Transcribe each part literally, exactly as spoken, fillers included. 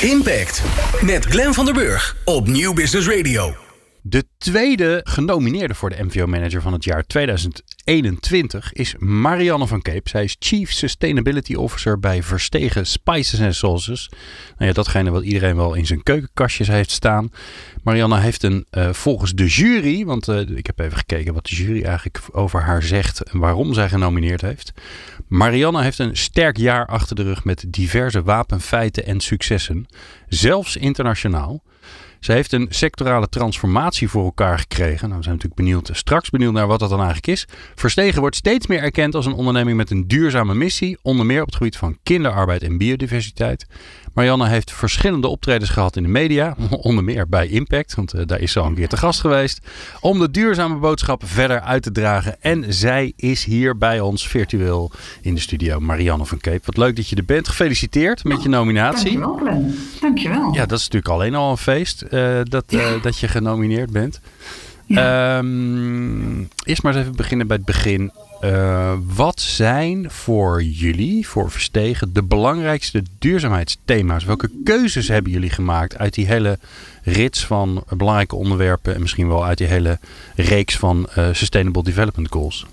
Impact met Glenn van der Burg op Nieuw Business Radio. De tweede genomineerde voor de M V O-manager van het jaar tweeduizend eenentwintig is Marianne van Keep. Zij is Chief Sustainability Officer bij Verstegen Spices and Sauces. Nou ja, datgene wat iedereen wel in zijn keukenkastjes heeft staan. Marianne heeft een, uh, volgens de jury, want uh, ik heb even gekeken wat de jury eigenlijk over haar zegt en waarom zij genomineerd heeft. Marianne heeft een sterk jaar achter de rug met diverse wapenfeiten en successen, zelfs internationaal. Ze heeft een sectorale transformatie voor elkaar gekregen. Nou, we zijn natuurlijk benieuwd, straks benieuwd naar wat dat dan eigenlijk is. Verstegen wordt steeds meer erkend als een onderneming met een duurzame missie. Onder meer op het gebied van kinderarbeid en biodiversiteit. Marianne heeft verschillende optredens gehad in de media. Onder meer bij Impact, want uh, daar is ze al een keer te gast geweest. Om de duurzame boodschap verder uit te dragen. En zij is hier bij ons virtueel in de studio. Marianne van Keep. Wat leuk dat je er bent. Gefeliciteerd met je nominatie. Dankjewel, Glenn. Dankjewel. Ja, dat is natuurlijk alleen al een feest uh, dat, uh, ja. dat je genomineerd bent. Ja. Um, eerst maar eens even beginnen bij het begin. Uh, wat zijn voor jullie, voor Verstegen, de belangrijkste duurzaamheidsthema's? Welke keuzes hebben jullie gemaakt uit die hele rits van belangrijke onderwerpen en misschien wel uit die hele reeks van uh, Sustainable Development Goals?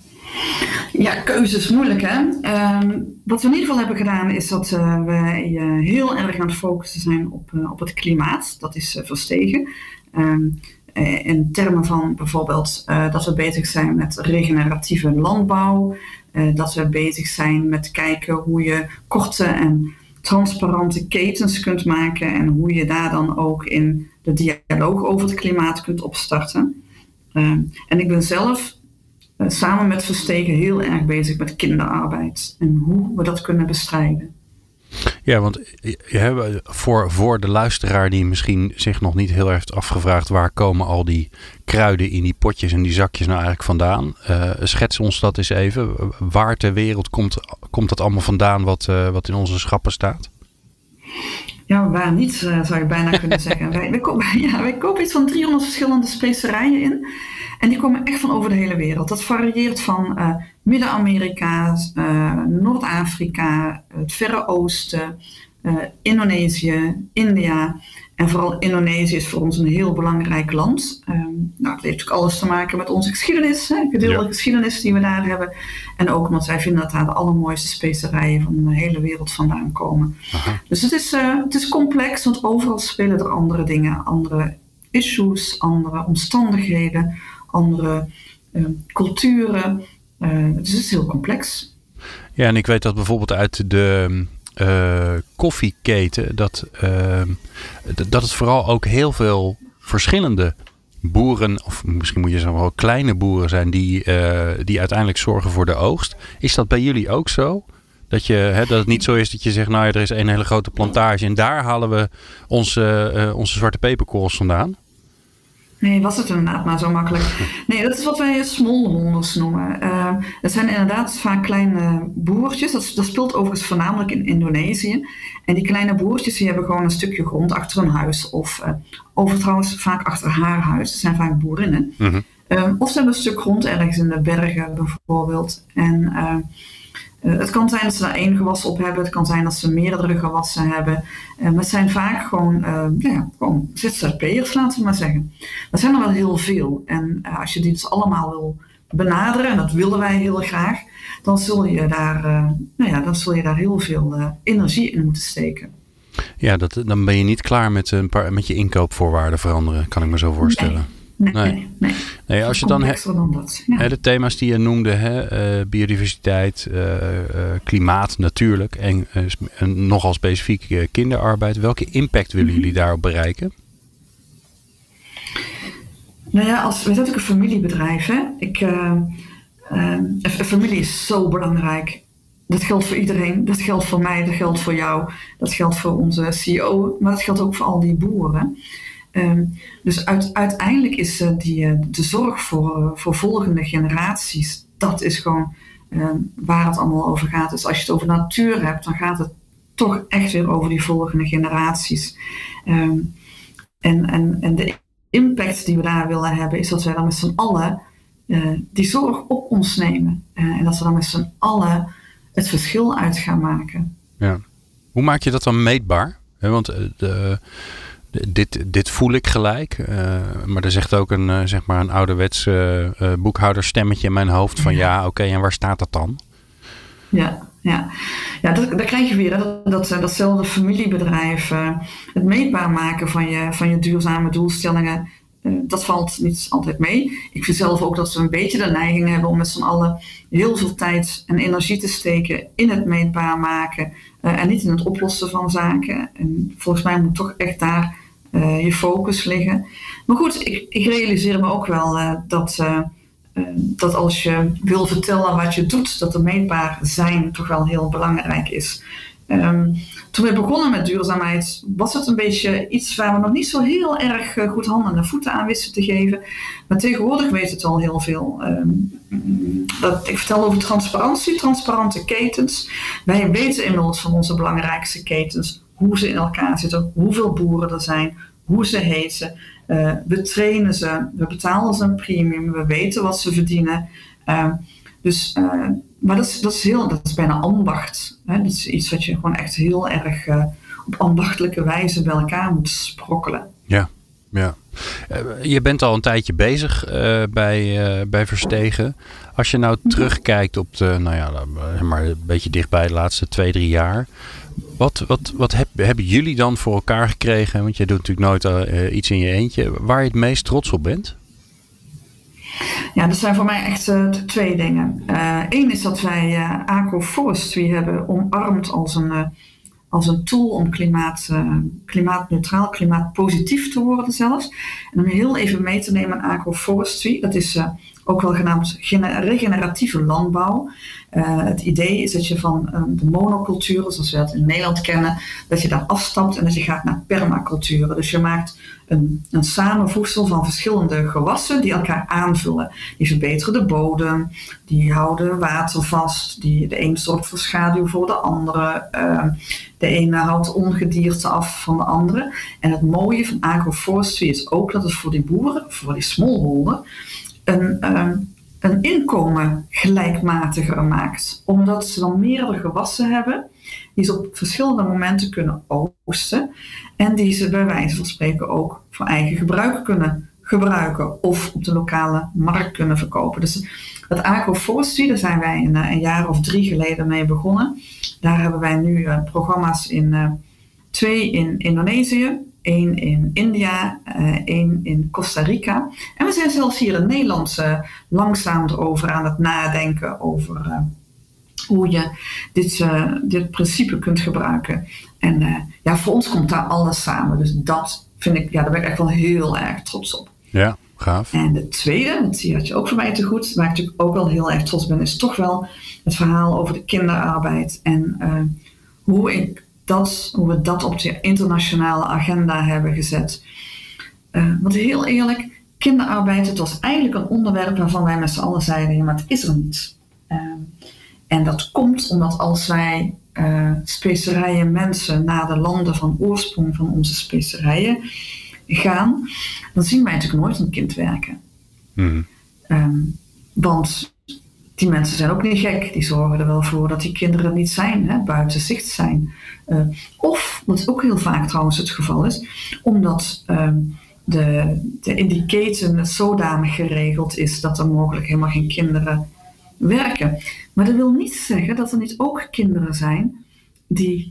Ja, keuzes moeilijk hè. Um, wat we in ieder geval hebben gedaan is dat uh, wij uh, heel erg aan het focussen zijn op, uh, op het klimaat. Dat is uh, Verstegen. Um, In termen van bijvoorbeeld uh, dat we bezig zijn met regeneratieve landbouw. Uh, dat we bezig zijn met kijken hoe je korte en transparante ketens kunt maken. En hoe je daar dan ook in de dialoog over het klimaat kunt opstarten. Uh, en ik ben zelf uh, samen met Verstegen heel erg bezig met kinderarbeid. En hoe we dat kunnen bestrijden. Ja, want ja, voor, voor de luisteraar die misschien zich nog niet heel erg heeft afgevraagd, waar komen al die kruiden in die potjes en die zakjes nou eigenlijk vandaan? Uh, schets ons dat eens even. Waar ter wereld komt, komt dat allemaal vandaan wat, uh, wat in onze schappen staat? Ja, waar niet, uh, zou je bijna kunnen zeggen. wij, wij, kopen, ja, wij kopen iets van driehonderd verschillende specerijen in. En die komen echt van over de hele wereld. Dat varieert van uh, Midden-Amerika, uh, Noord-Afrika, het Verre Oosten, uh, Indonesië, India. En vooral Indonesië is voor ons een heel belangrijk land. Um, nou, het heeft natuurlijk alles te maken met onze geschiedenis, hè, gedeelde ja. geschiedenis die we daar hebben. En ook omdat wij vinden dat daar de allermooiste specerijen van de hele wereld vandaan komen. Aha. Dus het is, uh, het is complex, want overal spelen er andere dingen, andere issues, andere omstandigheden, andere uh, culturen. Uh, dus het is heel complex. Ja, en ik weet dat bijvoorbeeld uit de uh, koffieketen, dat, uh, d- dat het vooral ook heel veel verschillende boeren, of misschien moet je zeggen wel kleine boeren zijn, die, uh, die uiteindelijk zorgen voor de oogst. Is dat bij jullie ook zo? Dat, je, hè, dat het niet zo is dat je zegt, nou ja, er is een hele grote plantage en daar halen we onze, uh, onze zwarte peperkorrels vandaan? Nee, was het inderdaad maar zo makkelijk. Nee, dat is wat wij smallholders noemen. Uh, dat zijn inderdaad vaak kleine boertjes. Dat, dat speelt overigens voornamelijk in Indonesië. En die kleine boertjes die hebben gewoon een stukje grond achter hun huis. Of uh, over trouwens vaak achter haar huis. Dat zijn vaak boerinnen. Mm-hmm. Uh, of ze hebben een stuk grond ergens in de bergen bijvoorbeeld. En uh, uh, het kan zijn dat ze daar één gewas op hebben. Het kan zijn dat ze meerdere gewassen hebben. Uh, maar het zijn vaak gewoon, uh, ja, gewoon Z Z P'ers, laten we maar zeggen. Er zijn er wel heel veel. En uh, als je die dus allemaal wil benaderen, en dat willen wij heel graag, dan zul je daar, uh, nou ja, dan zul je daar heel veel uh, energie in moeten steken. Ja, dat, dan ben je niet klaar met, een paar, met je inkoopvoorwaarden veranderen, kan ik me zo voorstellen. Nee. Nee, nee. nee, nee. nee als je dan, he, dan dat. Ja. Hè, de thema's die je noemde, hè, uh, biodiversiteit, uh, uh, klimaat natuurlijk en uh, nogal specifiek uh, kinderarbeid. Welke impact willen jullie daarop bereiken? Nou ja, als, we zijn natuurlijk een familiebedrijf. Hè? Ik, uh, uh, een familie is zo belangrijk. Dat geldt voor iedereen. Dat geldt voor mij, dat geldt voor jou. Dat geldt voor onze C E O, maar dat geldt ook voor al die boeren. Um, dus uit, uiteindelijk is uh, die, uh, de zorg voor, uh, voor volgende generaties, dat is gewoon uh, waar het allemaal over gaat. Dus als je het over natuur hebt, dan gaat het toch echt weer over die volgende generaties. Um, en, en, en de impact die we daar willen hebben, is dat wij dan met z'n allen uh, die zorg op ons nemen. Uh, en dat we dan met z'n allen het verschil uit gaan maken. Ja. Hoe maak je dat dan meetbaar? Hè? Want de, de, dit, dit voel ik gelijk. Uh, maar er zegt ook een, uh, zeg maar een ouderwets uh, uh, boekhouderstemmetje in mijn hoofd van ja, oké, okay, en waar staat dat dan? Ja. Ja, ja dat, daar krijg je weer hè, dat, dat, datzelfde familiebedrijf. Uh, het meetbaar maken van je, van je duurzame doelstellingen, uh, dat valt niet altijd mee. Ik vind zelf ook dat we een beetje de neiging hebben om met z'n allen heel veel tijd en energie te steken in het meetbaar maken uh, en niet in het oplossen van zaken. En volgens mij moet toch echt daar uh, je focus liggen. Maar goed, ik, ik realiseer me ook wel uh, dat... Uh, dat als je wil vertellen wat je doet, dat er meetbaar zijn toch wel heel belangrijk is. Um, toen we begonnen met duurzaamheid, was het een beetje iets waar we nog niet zo heel erg goed handen en voeten aan wisten te geven. Maar tegenwoordig weet het al heel veel. Um, dat, ik vertel over transparantie, transparante ketens. Wij weten inmiddels van onze belangrijkste ketens hoe ze in elkaar zitten, hoeveel boeren er zijn, hoe ze heten. Uh, we trainen ze, we betalen ze een premium, we weten wat ze verdienen. Uh, dus, uh, maar dat is, dat is heel, dat is bijna ambacht. Hè? Dat is iets wat je gewoon echt heel erg uh, op ambachtelijke wijze bij elkaar moet sprokkelen. Ja, ja. Uh, je bent al een tijdje bezig uh, bij, uh, bij Verstegen. Als je nou terugkijkt op de, nou ja, maar een beetje dichtbij de laatste twee, drie jaar. Wat, wat, wat heb, hebben jullie dan voor elkaar gekregen? Want jij doet natuurlijk nooit uh, iets in je eentje. Waar je het meest trots op bent? Ja, dat zijn voor mij echt uh, twee dingen. Eén uh, is dat wij uh, agroforestry hebben omarmd als een, uh, als een tool om klimaat, uh, klimaatneutraal, klimaatpositief te worden zelfs. En om je heel even mee te nemen aan agroforestry, dat is uh, ook wel genaamd regeneratieve landbouw. Uh, het idee is dat je van uh, de monoculturen, zoals we dat in Nederland kennen, dat je daar afstapt en dat je gaat naar permaculturen. Dus je maakt een, een samenvoegsel van verschillende gewassen die elkaar aanvullen. Die verbeteren de bodem, die houden water vast, die, de een zorgt voor schaduw voor de andere. Uh, de ene houdt ongedierte af van de andere. En het mooie van agroforestry is ook dat het voor die boeren, voor die smallholder, een... Um, een inkomen gelijkmatiger maakt. Omdat ze dan meerdere gewassen hebben die ze op verschillende momenten kunnen oogsten en die ze bij wijze van spreken ook voor eigen gebruik kunnen gebruiken of op de lokale markt kunnen verkopen. Dus het agroforestry, daar zijn wij een, een jaar of drie geleden mee begonnen. Daar hebben wij nu uh, programma's in uh, twee in Indonesië, één in India, uh, één in Costa Rica. En we zijn zelfs hier in Nederland uh, langzaam erover aan het nadenken over uh, hoe je dit, uh, dit principe kunt gebruiken. En uh, ja, voor ons komt daar alles samen. Dus dat vind ik, ja, daar ben ik echt wel heel erg trots op. Ja, gaaf. En de tweede, dat zie je ook voor mij te goed, waar ik natuurlijk ook wel heel erg trots ben, is toch wel het verhaal over de kinderarbeid. En uh, hoe ik Dat, hoe we dat op de internationale agenda hebben gezet. Uh, want heel eerlijk, kinderarbeid, het was eigenlijk een onderwerp waarvan wij met z'n allen zeiden, ja, maar het is er niet. Uh, en dat komt omdat als wij uh, specerijen mensen naar de landen van oorsprong van onze specerijen gaan, dan zien wij natuurlijk nooit een kind werken. Mm. Um, want die mensen zijn ook niet gek. Die zorgen er wel voor dat die kinderen niet zijn, hè, buiten zicht zijn. Uh, of, wat ook heel vaak trouwens het geval is, omdat uh, de, de in die keten zodanig geregeld is dat er mogelijk helemaal geen kinderen werken. Maar dat wil niet zeggen dat er niet ook kinderen zijn die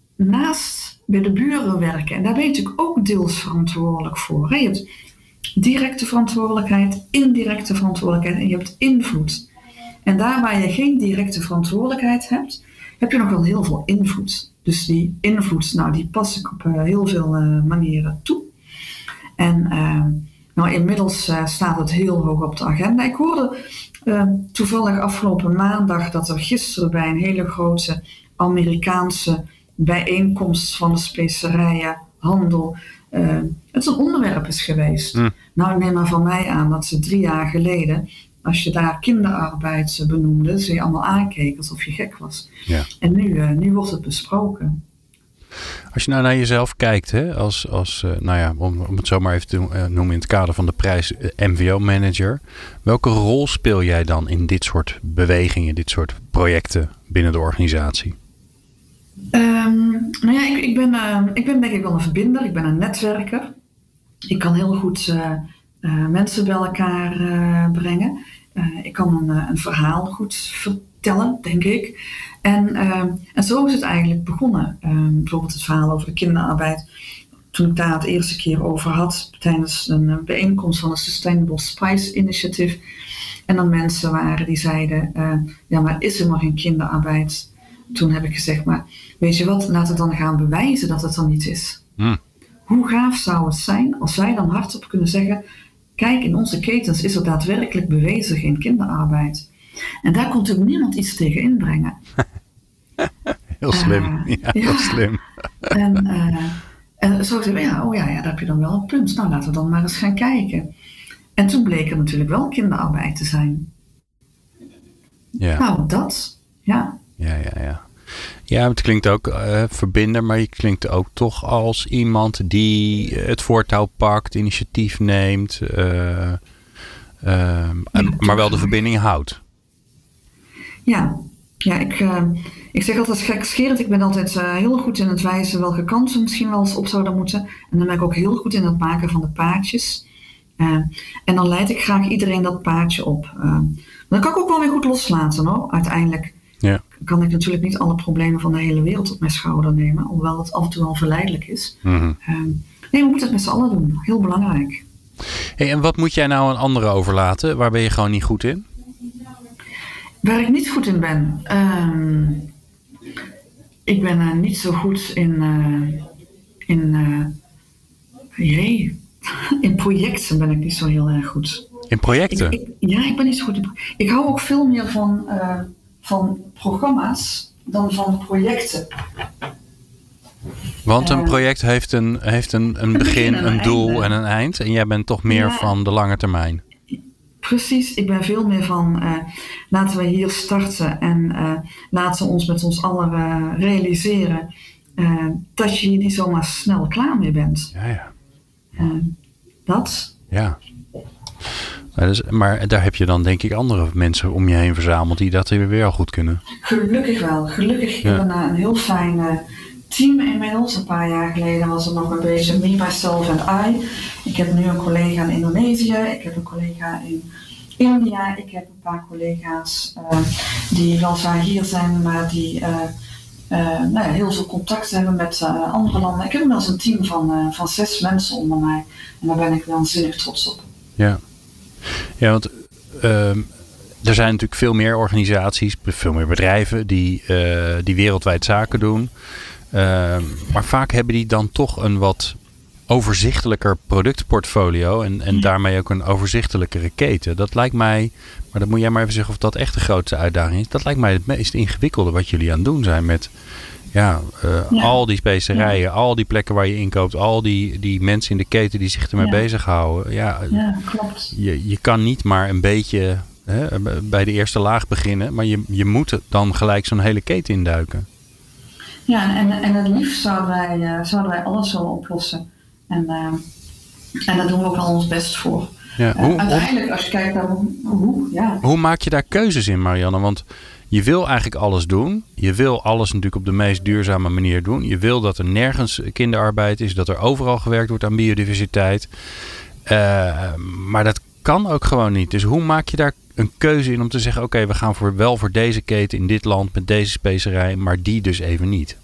naast bij de buren werken. En daar ben je natuurlijk ook deels verantwoordelijk voor. Hè? Je hebt directe verantwoordelijkheid, indirecte verantwoordelijkheid en je hebt invloed. En daar waar je geen directe verantwoordelijkheid hebt, heb je nog wel heel veel invloed. Dus die invloed, nou, die pas ik op uh, heel veel uh, manieren toe. En uh, nou, inmiddels uh, staat het heel hoog op de agenda. Ik hoorde uh, toevallig afgelopen maandag dat er gisteren bij een hele grote Amerikaanse bijeenkomst van de specerijenhandel uh, het een onderwerp is geweest. Mm. Nou, ik neem maar van mij aan dat ze drie jaar geleden, als je daar kinderarbeid benoemde, ze je allemaal aankeken alsof je gek was. Ja. En nu, uh, nu wordt het besproken. Als je nou naar jezelf kijkt, hè, als, als uh, nou ja, om, om het zo maar even te uh, noemen in het kader van de prijs uh, M V O-manager. Welke rol speel jij dan in dit soort bewegingen, dit soort projecten binnen de organisatie? Um, nou ja, ik, ik, ben, uh, ik ben denk ik wel een verbinder. Ik ben een netwerker. Ik kan heel goed uh, uh, mensen bij elkaar uh, brengen. Uh, ik kan een, uh, een verhaal goed vertellen, denk ik. En, uh, en zo is het eigenlijk begonnen. Uh, bijvoorbeeld het verhaal over de kinderarbeid. Toen ik daar het eerste keer over had tijdens een bijeenkomst van het Sustainable Spice Initiative. En dan mensen waren die zeiden, uh, ja, maar is er maar geen kinderarbeid? Toen heb ik gezegd, maar weet je wat, laten we dan gaan bewijzen dat het er niet is. Hmm. Hoe gaaf zou het zijn als wij dan hardop kunnen zeggen, kijk, in onze ketens is er daadwerkelijk bewezen geen kinderarbeid. En daar kon natuurlijk niemand iets tegen inbrengen. Heel slim, uh, ja, heel ja. slim. En, uh, en zo zei ik, ja, oh ja, ja, daar heb je dan wel een punt. Nou, laten we dan maar eens gaan kijken. En toen bleek er natuurlijk wel kinderarbeid te zijn. Ja. Nou, dat, ja. Ja, ja, ja. Ja, het klinkt ook uh, verbinder, maar je klinkt ook toch als iemand die het voortouw pakt, initiatief neemt, uh, uh, ja, maar wel de verbinding houdt. Ja, ja ik, uh, ik zeg altijd gekscherend, ik ben altijd uh, heel goed in het wijzen welke kansen misschien wel eens op zouden moeten. En dan ben ik ook heel goed in het maken van de paadjes. Uh, en dan leid ik graag iedereen dat paadje op. Uh, dan kan ik ook wel weer goed loslaten hoor, uiteindelijk. Ja. Kan ik natuurlijk niet alle problemen van de hele wereld op mijn schouder nemen, hoewel het af en toe wel verleidelijk is. Mm-hmm. Uh, nee, we moeten het met z'n allen doen. Heel belangrijk. Hey, en wat moet jij nou aan anderen overlaten? Waar ben je gewoon niet goed in? Waar ik niet goed in ben? Uh, ik ben uh, niet zo goed in... Uh, in uh, jee, in projecten ben ik niet zo heel erg goed. In projecten? Ik, ik, ja, ik ben niet zo goed in projecten. Ik hou ook veel meer van... Uh, van programma's dan van projecten. Want een project heeft een, heeft een, een, een begin, begin een doel einde. En een eind. En jij bent toch meer ja, van de lange termijn. Precies, ik ben veel meer van uh, laten we hier starten en uh, laten we ons met ons allen uh, realiseren uh, dat je hier niet zomaar snel klaar mee bent. Ja, ja. Uh, dat. Ja. Dus, maar daar heb je dan denk ik andere mensen om je heen verzameld die dat weer wel goed kunnen. Gelukkig wel. Gelukkig ja. hebben we een heel fijn uh, team inmiddels. Een paar jaar geleden was er nog een beetje me, myself and I. Ik heb nu een collega in Indonesië. Ik heb een collega in India. Ik heb een paar collega's uh, die weliswaar hier zijn, maar die uh, uh, nou ja, heel veel contact hebben met uh, andere landen. Ik heb inmiddels een team van, uh, van zes mensen onder mij. En daar ben ik waanzinnig trots op. Ja. Ja, want uh, er zijn natuurlijk veel meer organisaties, veel meer bedrijven die, uh, die wereldwijd zaken doen. Uh, maar vaak hebben die dan toch een wat overzichtelijker productportfolio en, en daarmee ook een overzichtelijkere keten. Dat lijkt mij, maar dat moet jij maar even zeggen of dat echt de grootste uitdaging is. Dat lijkt mij het meest ingewikkelde wat jullie aan het doen zijn met ja, uh, ja. al die specerijen, ja. al die plekken waar je inkoopt, al die, die mensen in de keten die zich ermee ja. bezighouden. Ja, ja, klopt. Je, je kan niet maar een beetje hè, bij de eerste laag beginnen, maar je, je moet dan gelijk zo'n hele keten induiken. Ja, en, en het liefst zouden wij, uh, zouden wij alles zo oplossen. En, uh, en daar doen we ook al ons best voor. Ja, hoe, uh, uiteindelijk, als je kijkt naar hoe, hoe, ja. hoe maak je daar keuzes in, Marianne? Want je wil eigenlijk alles doen. Je wil alles natuurlijk op de meest duurzame manier doen. Je wil dat er nergens kinderarbeid is. Dat er overal gewerkt wordt aan biodiversiteit. Uh, maar dat kan ook gewoon niet. Dus hoe maak je daar een keuze in om te zeggen... oké, okay, we gaan voor, wel voor deze keten in dit land met deze specerij... maar die dus even niet.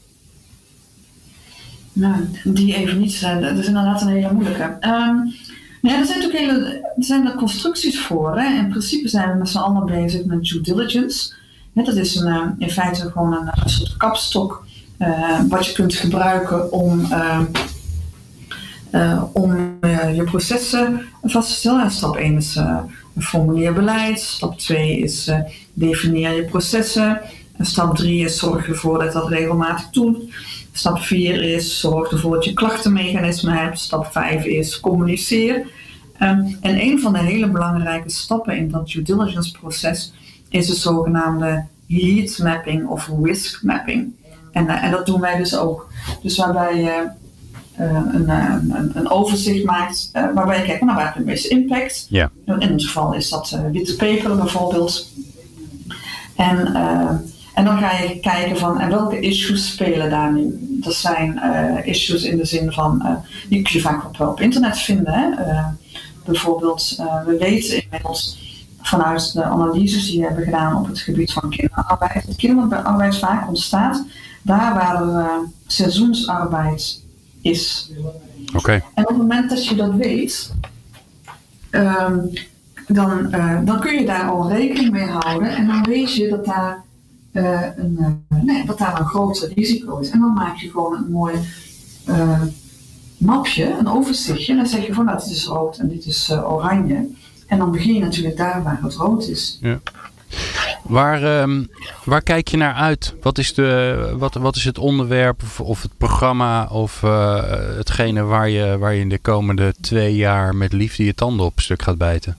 Nou, die even niet. Dat is inderdaad een hele moeilijke. Um, nou ja, er zijn natuurlijk hele, er zijn er constructies voor. Hè? In principe zijn we met z'n allen bezig met due diligence... Ja, dat is een, in feite gewoon een, een soort kapstok uh, wat je kunt gebruiken om, uh, uh, om uh, je processen vast te stellen. Stap één is uh, formuleer beleid. Stap twee is uh, definieer je processen. En stap drie is zorg ervoor dat dat regelmatig doet. Stap vier is zorg ervoor dat je klachtenmechanisme hebt. Stap vijf is communiceer. Um, en een van de hele belangrijke stappen in dat due diligence proces is de zogenaamde heat mapping of risk mapping. En, uh, en dat doen wij dus ook. Dus waarbij je uh, een, een, een overzicht maakt, uh, waarbij je kijkt, nou, waar heb je de meeste impact? Ja. In ons geval is dat uh, witte peper bijvoorbeeld. En, uh, En dan ga je kijken van en welke issues spelen daar nu. Dat zijn uh, issues in de zin van, uh, die kun je vaak ook wel op internet vinden. Hè? Uh, bijvoorbeeld, uh, we weten inmiddels vanuit de analyses die we hebben gedaan op het gebied van kinderarbeid. Dat kinderarbeid vaak ontstaat daar waar er uh, seizoensarbeid is. Okay. En op het moment dat je dat weet, um, dan, uh, dan kun je daar al rekening mee houden en dan weet je dat daar, uh, een, uh, nee, dat daar een groter risico is. En dan maak je gewoon een mooi uh, mapje, een overzichtje en dan zeg je van nou, dit is rood en dit is uh, oranje. En dan begin je natuurlijk daar waar het rood is. Ja. Waar, um, waar kijk je naar uit? Wat is, de, wat, wat is het onderwerp of, of het programma of uh, hetgene waar je, waar je in de komende twee jaar met liefde je tanden op stuk gaat bijten?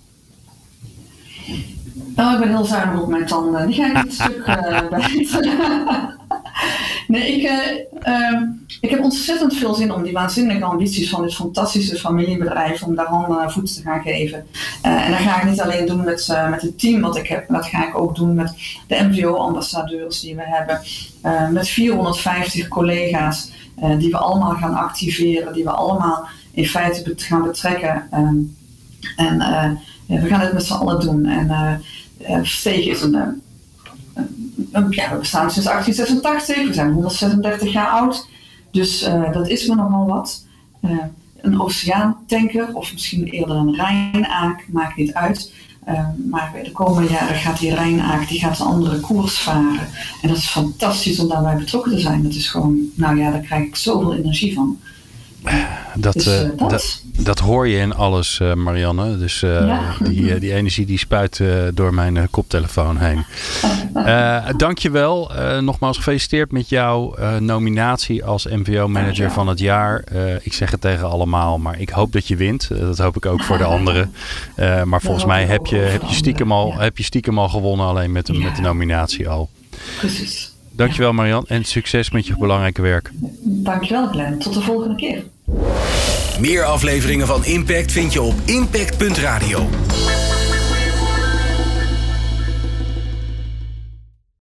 Nou, ik ben heel zuinig op mijn tanden. Die ga ik een stuk uh, bijten. Nee, ik, uh, uh, ik heb ontzettend veel zin om die waanzinnige ambities van dit fantastische familiebedrijf, om daar handen en voeten te gaan geven. Uh, en dat ga ik niet alleen doen met, uh, met het team wat ik heb, maar dat ga ik ook doen met de M V O-ambassadeurs die we hebben. Uh, met vierhonderdvijftig collega's uh, die we allemaal gaan activeren, die we allemaal in feite bet- gaan betrekken. Um, en uh, ja, we gaan het met z'n allen doen. En uh, uh, Verstegen is een... Uh, Ja, we bestaan sinds achttien zesentachtig, we zijn honderdzesendertig jaar oud, dus uh, dat is me nogal wat. Uh, een oceaantanker of misschien eerder een Rijnaak, maakt niet uit. Uh, maar de komende jaren gaat die Rijnaak die gaat een andere koers varen. En dat is fantastisch om daarbij betrokken te zijn. Dat is gewoon, nou ja, daar krijg ik zoveel energie van. Dat, dus, uh, dat. dat, dat hoor je in alles, uh, Marianne. Dus uh, ja. die, die energie die spuit uh, door mijn uh, koptelefoon heen. Uh, dankjewel. Uh, nogmaals gefeliciteerd met jouw uh, nominatie als M V O-manager van het jaar. Uh, ik zeg het tegen allemaal, maar ik hoop dat je wint. Uh, dat hoop ik ook voor de anderen. Uh, maar volgens mij heb je, heb, je stiekem al, heb je stiekem al gewonnen, alleen met de, met de nominatie al. Precies. Dankjewel Marianne en succes met je belangrijke werk. Dankjewel Glenn. Tot de volgende keer. Meer afleveringen van Impact vind je op impact punt radio.